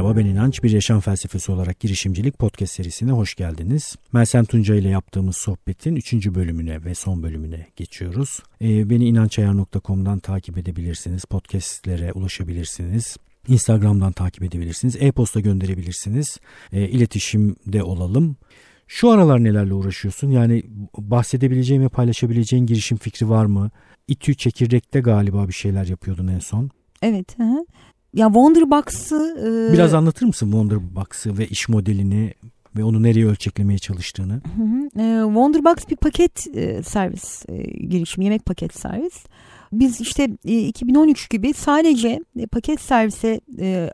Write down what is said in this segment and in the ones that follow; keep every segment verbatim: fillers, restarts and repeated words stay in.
Merhaba, ben İnanç. Bir yaşam felsefesi olarak girişimcilik podcast serisine hoş geldiniz. Meltem Tunca ile yaptığımız sohbetin üçüncü bölümüne ve son bölümüne geçiyoruz. Ee, beni inançayar nokta com'dan takip edebilirsiniz. Podcastlere ulaşabilirsiniz. Instagram'dan takip edebilirsiniz. E-posta gönderebilirsiniz. E, iletişimde olalım. Şu aralar nelerle uğraşıyorsun? Yani bahsedebileceğin ve paylaşabileceğin girişim fikri var mı? İTÜ Çekirdek'te galiba bir şeyler yapıyordun en son. Evet. Hı. Ya Wonderbox'ı... E... Biraz anlatır mısın Wonderbox'ı ve iş modelini ve onu nereye ölçeklemeye çalıştığını? Hı hı. E, Wonderbox bir paket e, servis e, girişimi, yemek paket servis. Biz işte e, iki bin on üç gibi sadece e, paket servise e,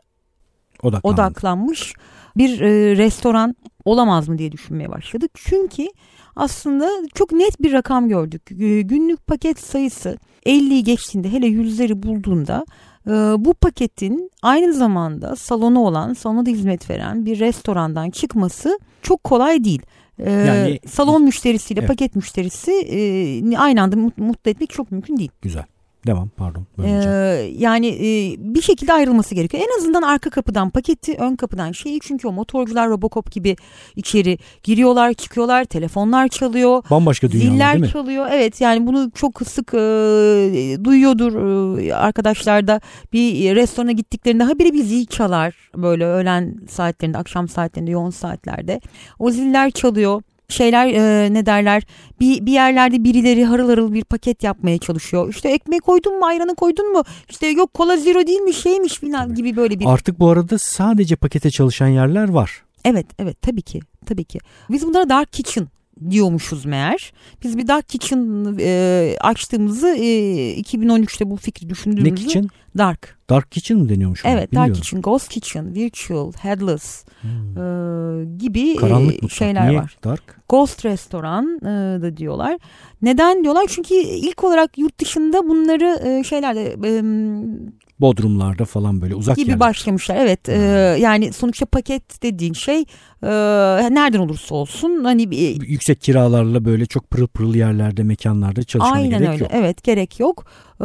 odaklanmış bir e, restoran olamaz mı diye düşünmeye başladık. Çünkü aslında çok net bir rakam gördük. E, günlük paket sayısı elliyi geçtiğinde, hele yüzleri bulduğunda e, bu paketin aynı zamanda salonu olan, salona da hizmet veren bir restorandan çıkması çok kolay değil. E, yani, salon müşterisiyle evet. paket müşterisi e, aynı anda mutlu etmek çok mümkün değil. Güzel. Devam pardon. Ee, yani e, bir şekilde ayrılması gerekiyor. En azından arka kapıdan paketi, ön kapıdan şeyi, çünkü o motorcular Robocop gibi içeri giriyorlar, çıkıyorlar, telefonlar çalıyor. Bambaşka dünyalar ziller değil mi? çalıyor. Evet, yani bunu çok sık e, duyuyordur e, arkadaşlar da, bir restorana gittiklerinde habire bir zil çalar böyle öğlen saatlerinde, akşam saatlerinde, yoğun saatlerde. O ziller çalıyor. Şeyler e, ne derler, bir, bir yerlerde birileri harıl harıl bir paket yapmaya çalışıyor. İşte ekmeği koydun mu, ayranı koydun mu, işte yok kola zero değil mi, şeymiş filan gibi böyle bir. Artık bu arada sadece pakete çalışan yerler var. Evet evet tabii ki tabii ki. Biz bunlara dark kitchen diyormuşuz meğer. Biz bir dark kitchen e, açtığımızı e, iki bin on üçte bu fikri düşündüğümüzde. Ne kitchen? Dark. Dark kitchen mi deniyormuş? Evet, dark kitchen, ghost kitchen, virtual, headless hmm. e, gibi karanlık şeyler Niye var. Dark? Ghost restoran e, da diyorlar. Neden diyorlar? Çünkü ilk olarak yurt dışında bunları e, şeylerde e, Bodrumlarda falan böyle uzak gibi yerler. başlamışlar. Evet. Hmm. E, yani sonuçta paket dediğin şey e, nereden olursa olsun hani bir, yüksek kiralarla böyle çok pırıl pırıl yerlerde, mekanlarda çalışmaya aynen gerek öyle. yok. Evet, gerek yok. E,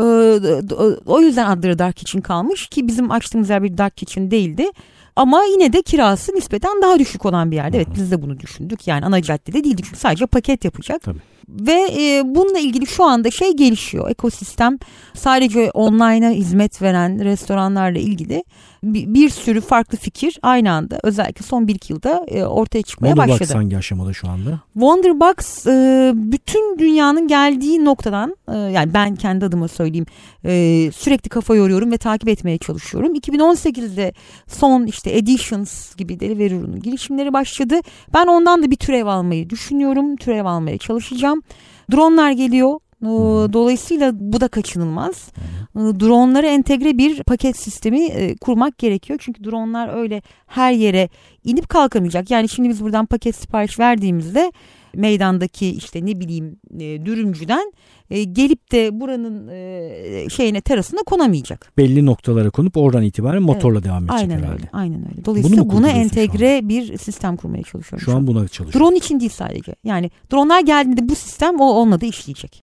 o yüzden adları Dark Kitchen kalmış ki bizim açtığımız yer bir Dark Kitchen değildi. Ama yine de kirası nispeten daha düşük olan bir yerde. Evet, biz de bunu düşündük. Yani ana caddede değildik çünkü sadece paket yapacak. Tabii. Ve e, bununla ilgili şu anda şey gelişiyor. Ekosistem sadece online'a hizmet veren restoranlarla ilgili bir, bir sürü farklı fikir aynı anda özellikle son bir iki yılda e, ortaya çıkmaya Wonderbox başladı. Wonderbox hangi aşamada şu anda? Wonderbox e, bütün dünyanın geldiği noktadan e, yani ben kendi adıma söyleyeyim e, sürekli kafa yoruyorum ve takip etmeye çalışıyorum. iki bin on sekizde son işte Editions gibi Deliveroo'nun girişimleri başladı. Ben ondan da bir türev almayı düşünüyorum. Türev almaya çalışacağım. Dronlar geliyor. Dolayısıyla bu da kaçınılmaz. Hı. Dronlara entegre bir paket sistemi e, kurmak gerekiyor. Çünkü dronlar öyle her yere inip kalkamayacak. Yani şimdi biz buradan paket sipariş verdiğimizde meydandaki işte ne bileyim e, dürümcüden e, gelip de buranın e, şeyine, terasına konamayacak. Belli noktalara konup oradan itibaren motorla evet. devam edecek aynen herhalde. Öyle, aynen öyle. Dolayısıyla buna entegre bir sistem kurmaya çalışıyorum. Şu an buna çalışıyorum. Drone için değil sadece. Yani dronlar geldiğinde bu sistem o onunla da işleyecek.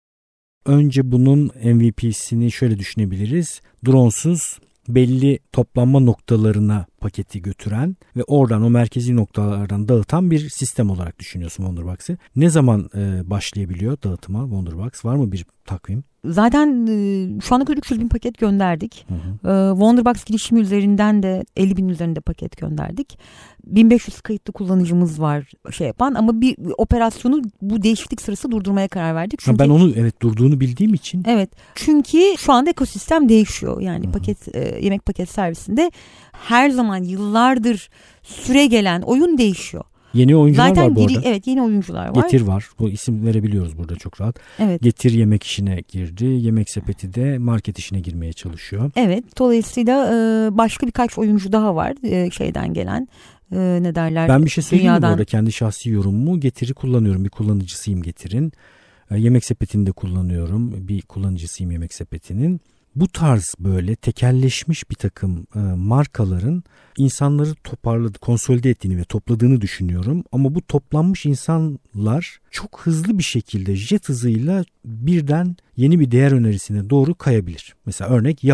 Önce bunun M V P'sini şöyle düşünebiliriz. Dronesuz belli toplanma noktalarına paketi götüren ve oradan o merkezi noktalardan dağıtan bir sistem olarak düşünüyorsun Wonderbox'ı. Ne zaman e, başlayabiliyor dağıtıma Wonderbox? Var mı bir takvim? Zaten e, şu ana kadar üç yüz bin paket gönderdik. Hı hı. E, Wonderbox girişimi üzerinden de elli bin üzerinde paket gönderdik. bin beş yüz kayıtlı kullanıcımız var şey yapan, ama bir operasyonu bu değişiklik sırası durdurmaya karar verdik. Çünkü, ha, ben onu evet durduğunu bildiğim için. Evet. Çünkü şu anda ekosistem değişiyor. Yani hı hı. paket e, yemek paket servisinde her zaman yıllardır süre gelen oyun değişiyor. Yeni oyuncular Zaten var bu giri, arada. Evet, yeni oyuncular var. Getir var. Bu isim verebiliyoruz burada çok rahat. Evet. Getir yemek işine girdi. Yemek sepeti de market işine girmeye çalışıyor. Evet. Dolayısıyla e, başka birkaç oyuncu daha var e, şeyden gelen. E, ne derler? Ben bir şey söyleyeyim dünyadan... mi bu arada? Kendi şahsi yorumumu Getir'i kullanıyorum. Bir kullanıcısıyım Getir'in. E, yemek sepetini de kullanıyorum. Bir kullanıcısıyım yemek sepetinin. Bu tarz böyle tekelleşmiş bir takım e, markaların insanları toparladı, konsolide ettiğini ve topladığını düşünüyorum. Ama bu toplanmış insanlar çok hızlı bir şekilde jet hızıyla birden yeni bir değer önerisine doğru kayabilir. Mesela örnek Yahoo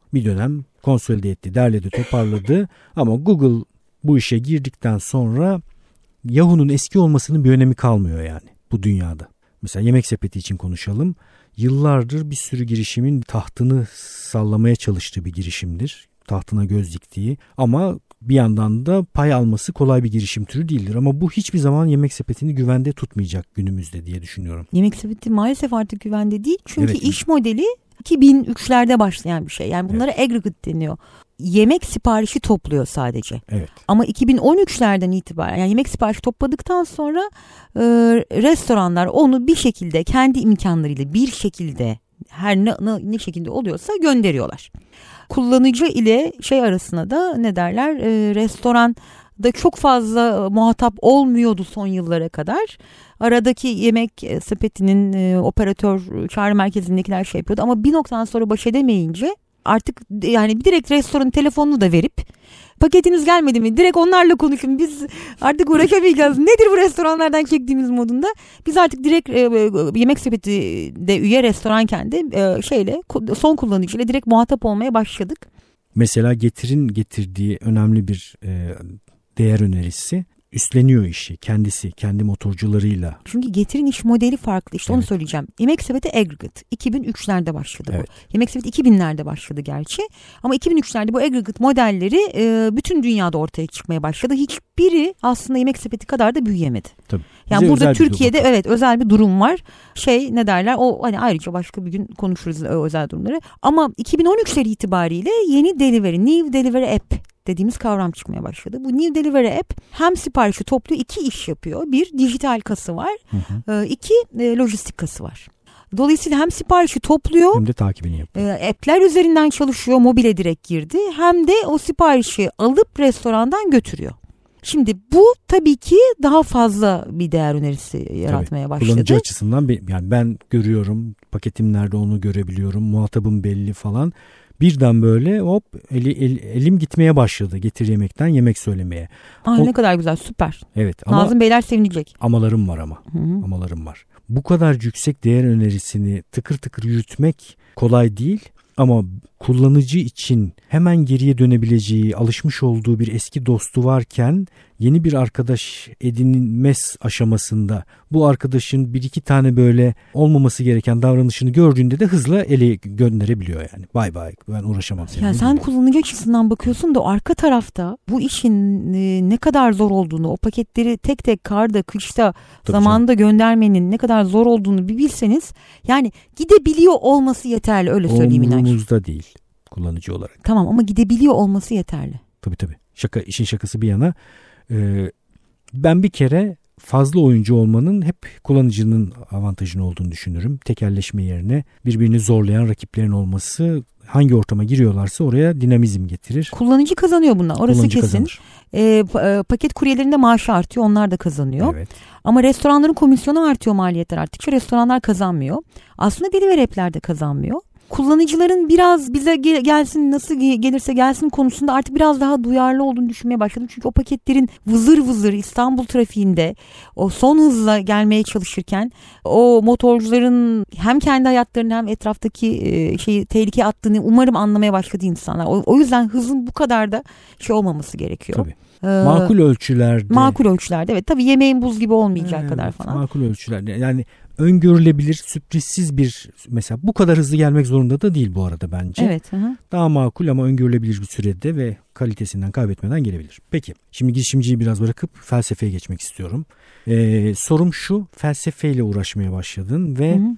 bir dönem konsolide etti, derledi, toparladı ama Google bu işe girdikten sonra Yahoo'nun eski olmasının bir önemi kalmıyor yani bu dünyada. Mesela Yemek Sepeti için konuşalım. Yıllardır bir sürü girişimin tahtını sallamaya çalıştığı bir girişimdir. Tahtına göz diktiği ama bir yandan da pay alması kolay bir girişim türü değildir. Ama bu hiçbir zaman Yemek Sepeti'ni güvende tutmayacak günümüzde diye düşünüyorum. Yemek Sepeti maalesef artık güvende değil. Çünkü evet. iş modeli iki bin üçlerde başlayan bir şey. Yani bunlara evet. aggregate deniyor. Yemek siparişi topluyor sadece. Evet. Ama iki bin on üçlerden itibaren yani yemek siparişi topladıktan sonra e, restoranlar onu bir şekilde kendi imkanlarıyla bir şekilde her ne, ne, ne şekilde oluyorsa gönderiyorlar. Kullanıcı ile şey arasında da ne derler e, restoran da çok fazla muhatap olmuyordu son yıllara kadar. Aradaki Yemek Sepeti'nin e, operatör çağrı merkezindekiler şey yapıyordu ama bir noktadan sonra baş edemeyince artık yani direkt restoranın telefonunu da verip paketiniz gelmedi mi? Direkt onlarla konuşun. Biz artık uğraşamayacağız. Nedir bu restoranlardan çektiğimiz modunda? Biz artık direkt e, Yemek Sepeti'de üye restoranken de e, şeyle son kullanıcıyla direkt muhatap olmaya başladık. Mesela Getir'in getirdiği önemli bir e, değer önerisi. Üstleniyor işi kendisi, kendi motorcularıyla. Çünkü Getir'in iş modeli farklı. İşte evet. onu söyleyeceğim. Yemek Sepeti aggregate. iki bin üçlerde başladı evet. bu. Yemek Sepeti iki binlerde başladı gerçi. Ama iki bin üçlerde bu aggregate modelleri e, bütün dünyada ortaya çıkmaya başladı. Hiçbiri aslında Yemek Sepeti kadar da büyüyemedi. Tabii. Yani Bize burada Türkiye'de evet özel bir durum var. Şey ne derler? O hani ayrıca başka bir gün konuşuruz o özel durumları. Ama iki bin on üçleri itibariyle yeni delivery, new delivery app dediğimiz kavram çıkmaya başladı. Bu New Delivery App hem siparişi topluyor, iki iş yapıyor. Bir, dijital kası var. Hı hı. İki, lojistik kası var. Dolayısıyla hem siparişi topluyor. Hem de takibini yapıyor. App'ler üzerinden çalışıyor. Mobile direkt girdi. Hem de o siparişi alıp restorandan götürüyor. Şimdi bu tabii ki daha fazla bir değer önerisi yaratmaya tabii, başladı. Kullanıcı açısından yani ben görüyorum, paketim nerede onu görebiliyorum, muhatabım belli falan. Birden böyle hop eli, el, elim gitmeye başladı Getir Yemek'ten yemek söylemeye. Aa, o, ne kadar güzel, süper. Evet ama Nazım Beyler sevinecek. Amalarım var ama. Hı-hı. Amalarım var. Bu kadar yüksek değer önerisini tıkır tıkır yürütmek kolay değil. Ama kullanıcı için hemen geriye dönebileceği, alışmış olduğu bir eski dostu varken yeni bir arkadaş edinilmez aşamasında bu arkadaşın bir iki tane böyle olmaması gereken davranışını gördüğünde de hızla ele gönderebiliyor yani. Bay bay, ben uğraşamam seninle. Ya sen kullanıcı açısından bakıyorsun da arka tarafta bu işin ne kadar zor olduğunu, o paketleri tek tek karda, kışta, tabii zamanında canım. göndermenin ne kadar zor olduğunu bir bilseniz yani gidebiliyor olması yeterli, öyle söyleyeyim İnanç. Umurumuzda değil kullanıcı olarak. Tamam ama gidebiliyor olması yeterli. Tabii tabii. Şaka, işin şakası bir yana. Ee, ben bir kere fazla oyuncu olmanın hep kullanıcının avantajını olduğunu düşünürüm. Tekelleşme yerine birbirini zorlayan rakiplerin olması hangi ortama giriyorlarsa oraya dinamizm getirir. Kullanıcı kazanıyor bundan. Orası kullanıcı kesin. E, paket kuryelerinde maaşı artıyor. Onlar da kazanıyor. Evet. Ama restoranların komisyonu artıyor, maliyetler arttıkça restoranlar kazanmıyor. Aslında delivery app'ler de kazanmıyor. Kullanıcıların biraz bize gelsin, nasıl gelirse gelsin konusunda artık biraz daha duyarlı olduğunu düşünmeye başladım. Çünkü o paketlerin vızır vızır İstanbul trafiğinde o son hızla gelmeye çalışırken o motorcuların hem kendi hayatlarını hem etraftaki şeyi tehlikeye attığını umarım anlamaya başladı insanlar. O, o yüzden hızın bu kadar da şey olmaması gerekiyor. Tabii. Ee, makul ölçülerde. Makul ölçülerde evet. Tabii yemeğin buz gibi olmayacak evet, kadar falan. Makul ölçülerde. Yani öngörülebilir, sürprizsiz bir, mesela bu kadar hızlı gelmek zorunda da değil bu arada bence. Evet. Hı. Daha makul ama öngörülebilir bir sürede ve kalitesinden kaybetmeden gelebilir. Peki, şimdi girişimciyi biraz bırakıp felsefeye geçmek istiyorum. Ee, sorum şu, felsefeyle uğraşmaya başladın ve hı.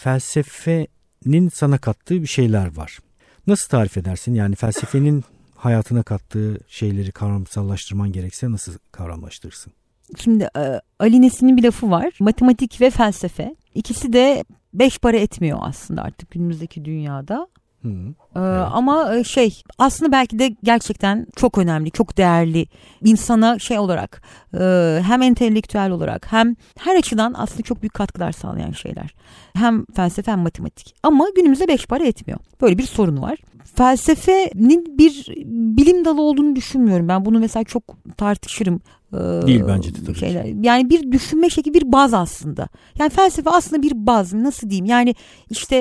felsefenin sana kattığı bir şeyler var. Nasıl tarif edersin? Yani felsefenin hayatına kattığı şeyleri kavramsallaştırman gerekse nasıl kavramlaştırırsın? Şimdi Ali Nesin'in bir lafı var. Matematik ve felsefe. İkisi de beş para etmiyor aslında artık günümüzdeki dünyada. Hı, ee, evet. Ama şey aslında belki de gerçekten çok önemli, çok değerli, insana şey olarak e, hem entelektüel olarak hem her açıdan aslında çok büyük katkılar sağlayan şeyler. Hem felsefe hem matematik. Ama günümüzde beş para etmiyor. Böyle bir sorun var. Felsefenin bir bilim dalı olduğunu düşünmüyorum. Ben bunu mesela çok tartışırım. Değil bence de tabii şeyler. Yani bir düşünme şekli, bir baz aslında. Yani felsefe aslında bir baz, nasıl diyeyim? Yani işte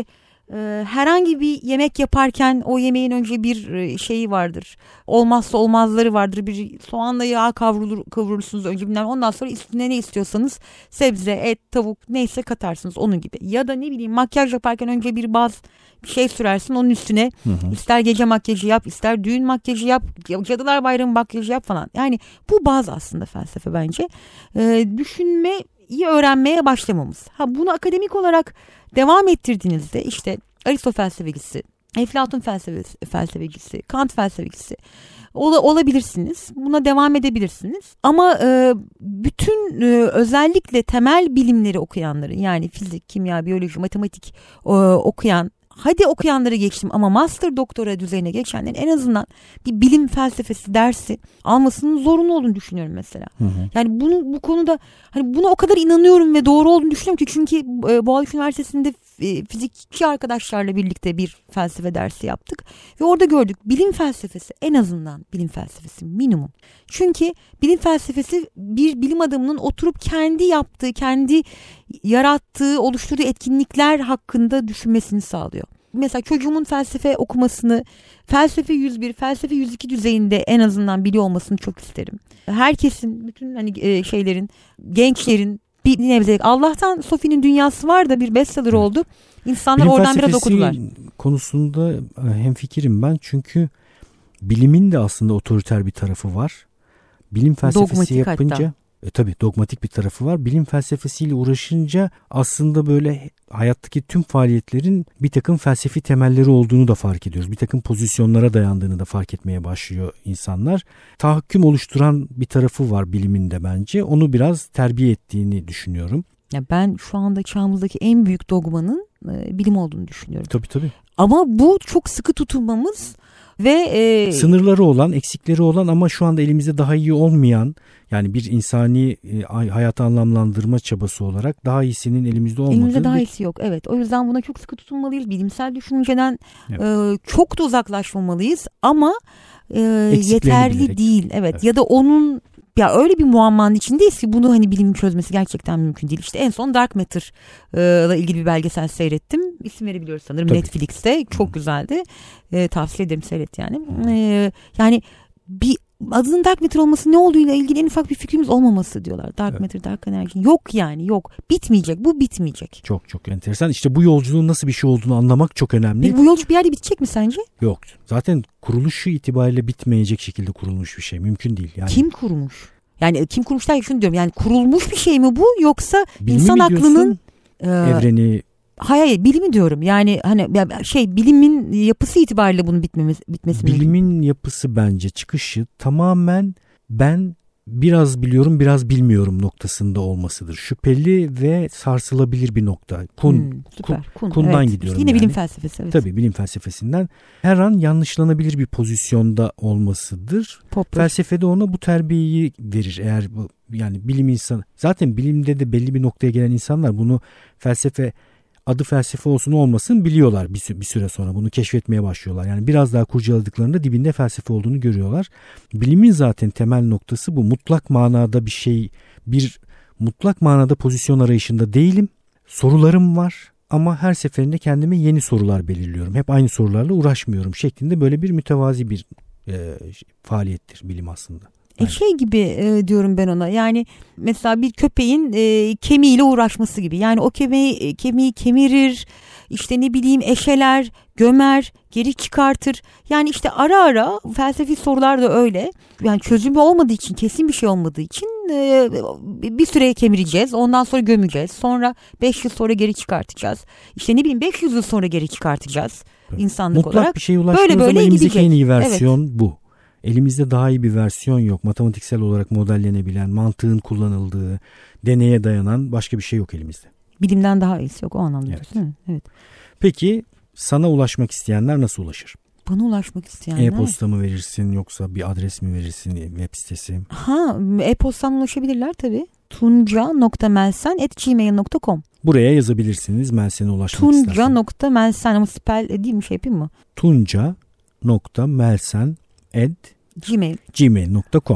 Ee, herhangi bir yemek yaparken o yemeğin önce bir şeyi vardır. Olmazsa olmazları vardır. Bir soğanla yağ kavrulur, kavurursunuz önce bilmem. Ondan sonra üstüne ne istiyorsanız sebze, et, tavuk neyse katarsınız onun gibi. Ya da ne bileyim makyaj yaparken önce bir baz bir şey sürersin onun üstüne. Hı hı. İster gece makyajı yap, ister düğün makyajı yap, Cadılar Bayramı makyajı yap falan. Yani bu baz aslında felsefe bence. Ee, düşünmeyi öğrenmeye başlamamız. Ha bunu akademik olarak devam ettirdiğinizde işte Aristo felsefecisi, Eflatun felsefesi, felsefecisi, Kant felsefecisi ol, olabilirsiniz. Buna devam edebilirsiniz. Ama e, bütün e, özellikle temel bilimleri okuyanların yani fizik, kimya, biyoloji, matematik e, okuyan hadi okuyanları geçtim ama master doktora düzeyine geçenlerin en azından bir bilim felsefesi dersi almasının zorunlu olduğunu düşünüyorum mesela. Hı hı. Yani bunu bu konuda hani buna o kadar inanıyorum ve doğru olduğunu düşünüyorum ki çünkü e, Boğaziçi Üniversitesi'nde e, fizikçi arkadaşlarla birlikte bir felsefe dersi yaptık ve orada gördük bilim felsefesi en azından bilim felsefesi minimum. Çünkü bilim felsefesi bir bilim adamının oturup kendi yaptığı, kendi yarattığı, oluşturduğu etkinlikler hakkında düşünmesini sağlıyor. Mesela çocuğumun felsefe okumasını, felsefe yüz bir, felsefe yüz iki düzeyinde en azından biliyor olmasını çok isterim. Herkesin, bütün hani şeylerin, gençlerin bir nebze Allah'tan Sophie'nin Dünyası var da bir bestseller oldu. İnsanlar bilim oradan biraz okudular. Konusunda hemfikirim ben çünkü bilimin de aslında otoriter bir tarafı var. Bilim felsefesi dogmatik yapınca hatta. E, tabii dogmatik bir tarafı var. Bilim felsefesiyle uğraşınca aslında böyle hayattaki tüm faaliyetlerin bir takım felsefi temelleri olduğunu da fark ediyoruz. Bir takım pozisyonlara dayandığını da fark etmeye başlıyor insanlar. Tahakküm oluşturan bir tarafı var bilimin de bence. Onu biraz terbiye ettiğini düşünüyorum. Ya ben şu anda çağımızdaki en büyük dogmanın e, bilim olduğunu düşünüyorum. Tabii tabii. Ama bu çok sıkı tutunmamız ve e, sınırları olan, eksikleri olan ama şu anda elimizde daha iyi olmayan yani bir insani e, hayatı anlamlandırma çabası olarak daha iyisinin elimizde olmadığı. Elimizde daha bir... iyisi yok. Evet. O yüzden buna çok sıkı tutunmalıyız. Bilimsel düşünceden evet. e, çok da uzaklaşmamalıyız ama e, yeterli bilerek. Değil. Evet. evet. Ya da onun ya öyle bir muammanın içindeyiz ki bunu hani bilimin çözmesi gerçekten mümkün değil. İşte en son Dark Matter ile ilgili bir belgesel seyrettim. İsim verebiliyoruz sanırım. Tabii. Netflix'te. Çok hmm. güzeldi. E, tavsiye ederim seyret yani. Hmm. E, yani bir adının Dark Matter olması ne olduğuyla ilgili en ufak bir fikrimiz olmaması diyorlar. Dark evet. Matter, Dark Energy. Yok yani yok. Bitmeyecek. Bu bitmeyecek. Çok çok enteresan. İşte bu yolculuğun nasıl bir şey olduğunu anlamak çok önemli. Peki bu yolculuk bir yerde bitecek mi sence? Yok. Zaten kuruluşu itibariyle bitmeyecek şekilde kurulmuş bir şey. Mümkün değil. Yani... Kim kurmuş? Yani kim kurmuş derken şunu diyorum. Yani kurulmuş bir şey mi bu yoksa bilimi insan aklının e, evreni Hayır, hayır bilimi diyorum. Yani hani şey bilimin yapısı itibariyle bunun bitmemesi bitmesi bilimin mümkün. Yapısı bence çıkışı tamamen ben biraz biliyorum biraz bilmiyorum noktasında olmasıdır. Şüpheli ve sarsılabilir bir nokta. Kun, hmm, süper. Kun, kundan evet. gidiyorum. Yine yani. bilim felsefesi. Evet. Tabii bilim felsefesinden her an yanlışlanabilir bir pozisyonda olmasıdır. Popper. Felsefede ona bu terbiyeyi verir. Eğer bu yani bilim insanı zaten bilimde de belli bir noktaya gelen insanlar bunu felsefe adı felsefe olsun olmasın biliyorlar bir, sü- bir süre sonra bunu keşfetmeye başlıyorlar. Yani biraz daha kurcaladıklarında dibinde felsefe olduğunu görüyorlar. Bilimin zaten temel noktası bu. Mutlak manada bir şey, bir mutlak manada pozisyon arayışında değilim. Sorularım var ama her seferinde kendime yeni sorular belirliyorum. Hep aynı sorularla uğraşmıyorum şeklinde böyle bir mütevazi bir e, faaliyettir bilim aslında. E şey gibi e, diyorum ben ona yani mesela bir köpeğin e, kemiğiyle uğraşması gibi yani o kemiği, kemiği kemirir işte ne bileyim eşeler gömer geri çıkartır yani işte ara ara felsefi sorular da öyle yani çözümü olmadığı için kesin bir şey olmadığı için e, bir süre kemireceğiz ondan sonra gömeceğiz sonra beş yıl sonra geri çıkartacağız işte ne bileyim beş yüz yıl sonra geri çıkartacağız evet. insanlık Mutlak olarak. Mutlak bir şeye ulaştığımız böyle, böyle ama elimizdeki en iyi versiyon evet. bu. Elimizde daha iyi bir versiyon yok. Matematiksel olarak modellenebilen, mantığın kullanıldığı, deneye dayanan başka bir şey yok elimizde. Bilimden daha iyisi yok o anlamda evet. diyorsun değil mi? Evet. Peki sana ulaşmak isteyenler nasıl ulaşır? Bana ulaşmak isteyenler? E-posta mı verirsin yoksa bir adres mi verirsin web sitesi? Ha, e-postan ulaşabilirler tabii. tunca nokta melsen at gmail nokta com Buraya yazabilirsiniz Melsen'e ulaşmak isterseniz. tunca nokta melsen ama spell edeyim mi şey yapayım mı? tunca nokta melsen at gmail gmail nokta com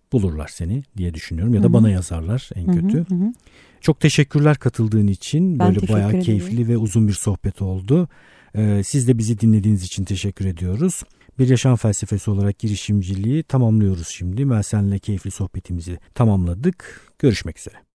bulurlar seni diye düşünüyorum ya da Hı-hı. bana yazarlar en kötü. Hı hı. Çok teşekkürler katıldığın için. Ben Böyle bayağı ederim. keyifli ve uzun bir sohbet oldu. Ee, siz de bizi dinlediğiniz için teşekkür ediyoruz. Bir yaşam felsefesi olarak girişimciliği tamamlıyoruz şimdi. Melsen'le keyifli sohbetimizi tamamladık. Görüşmek üzere.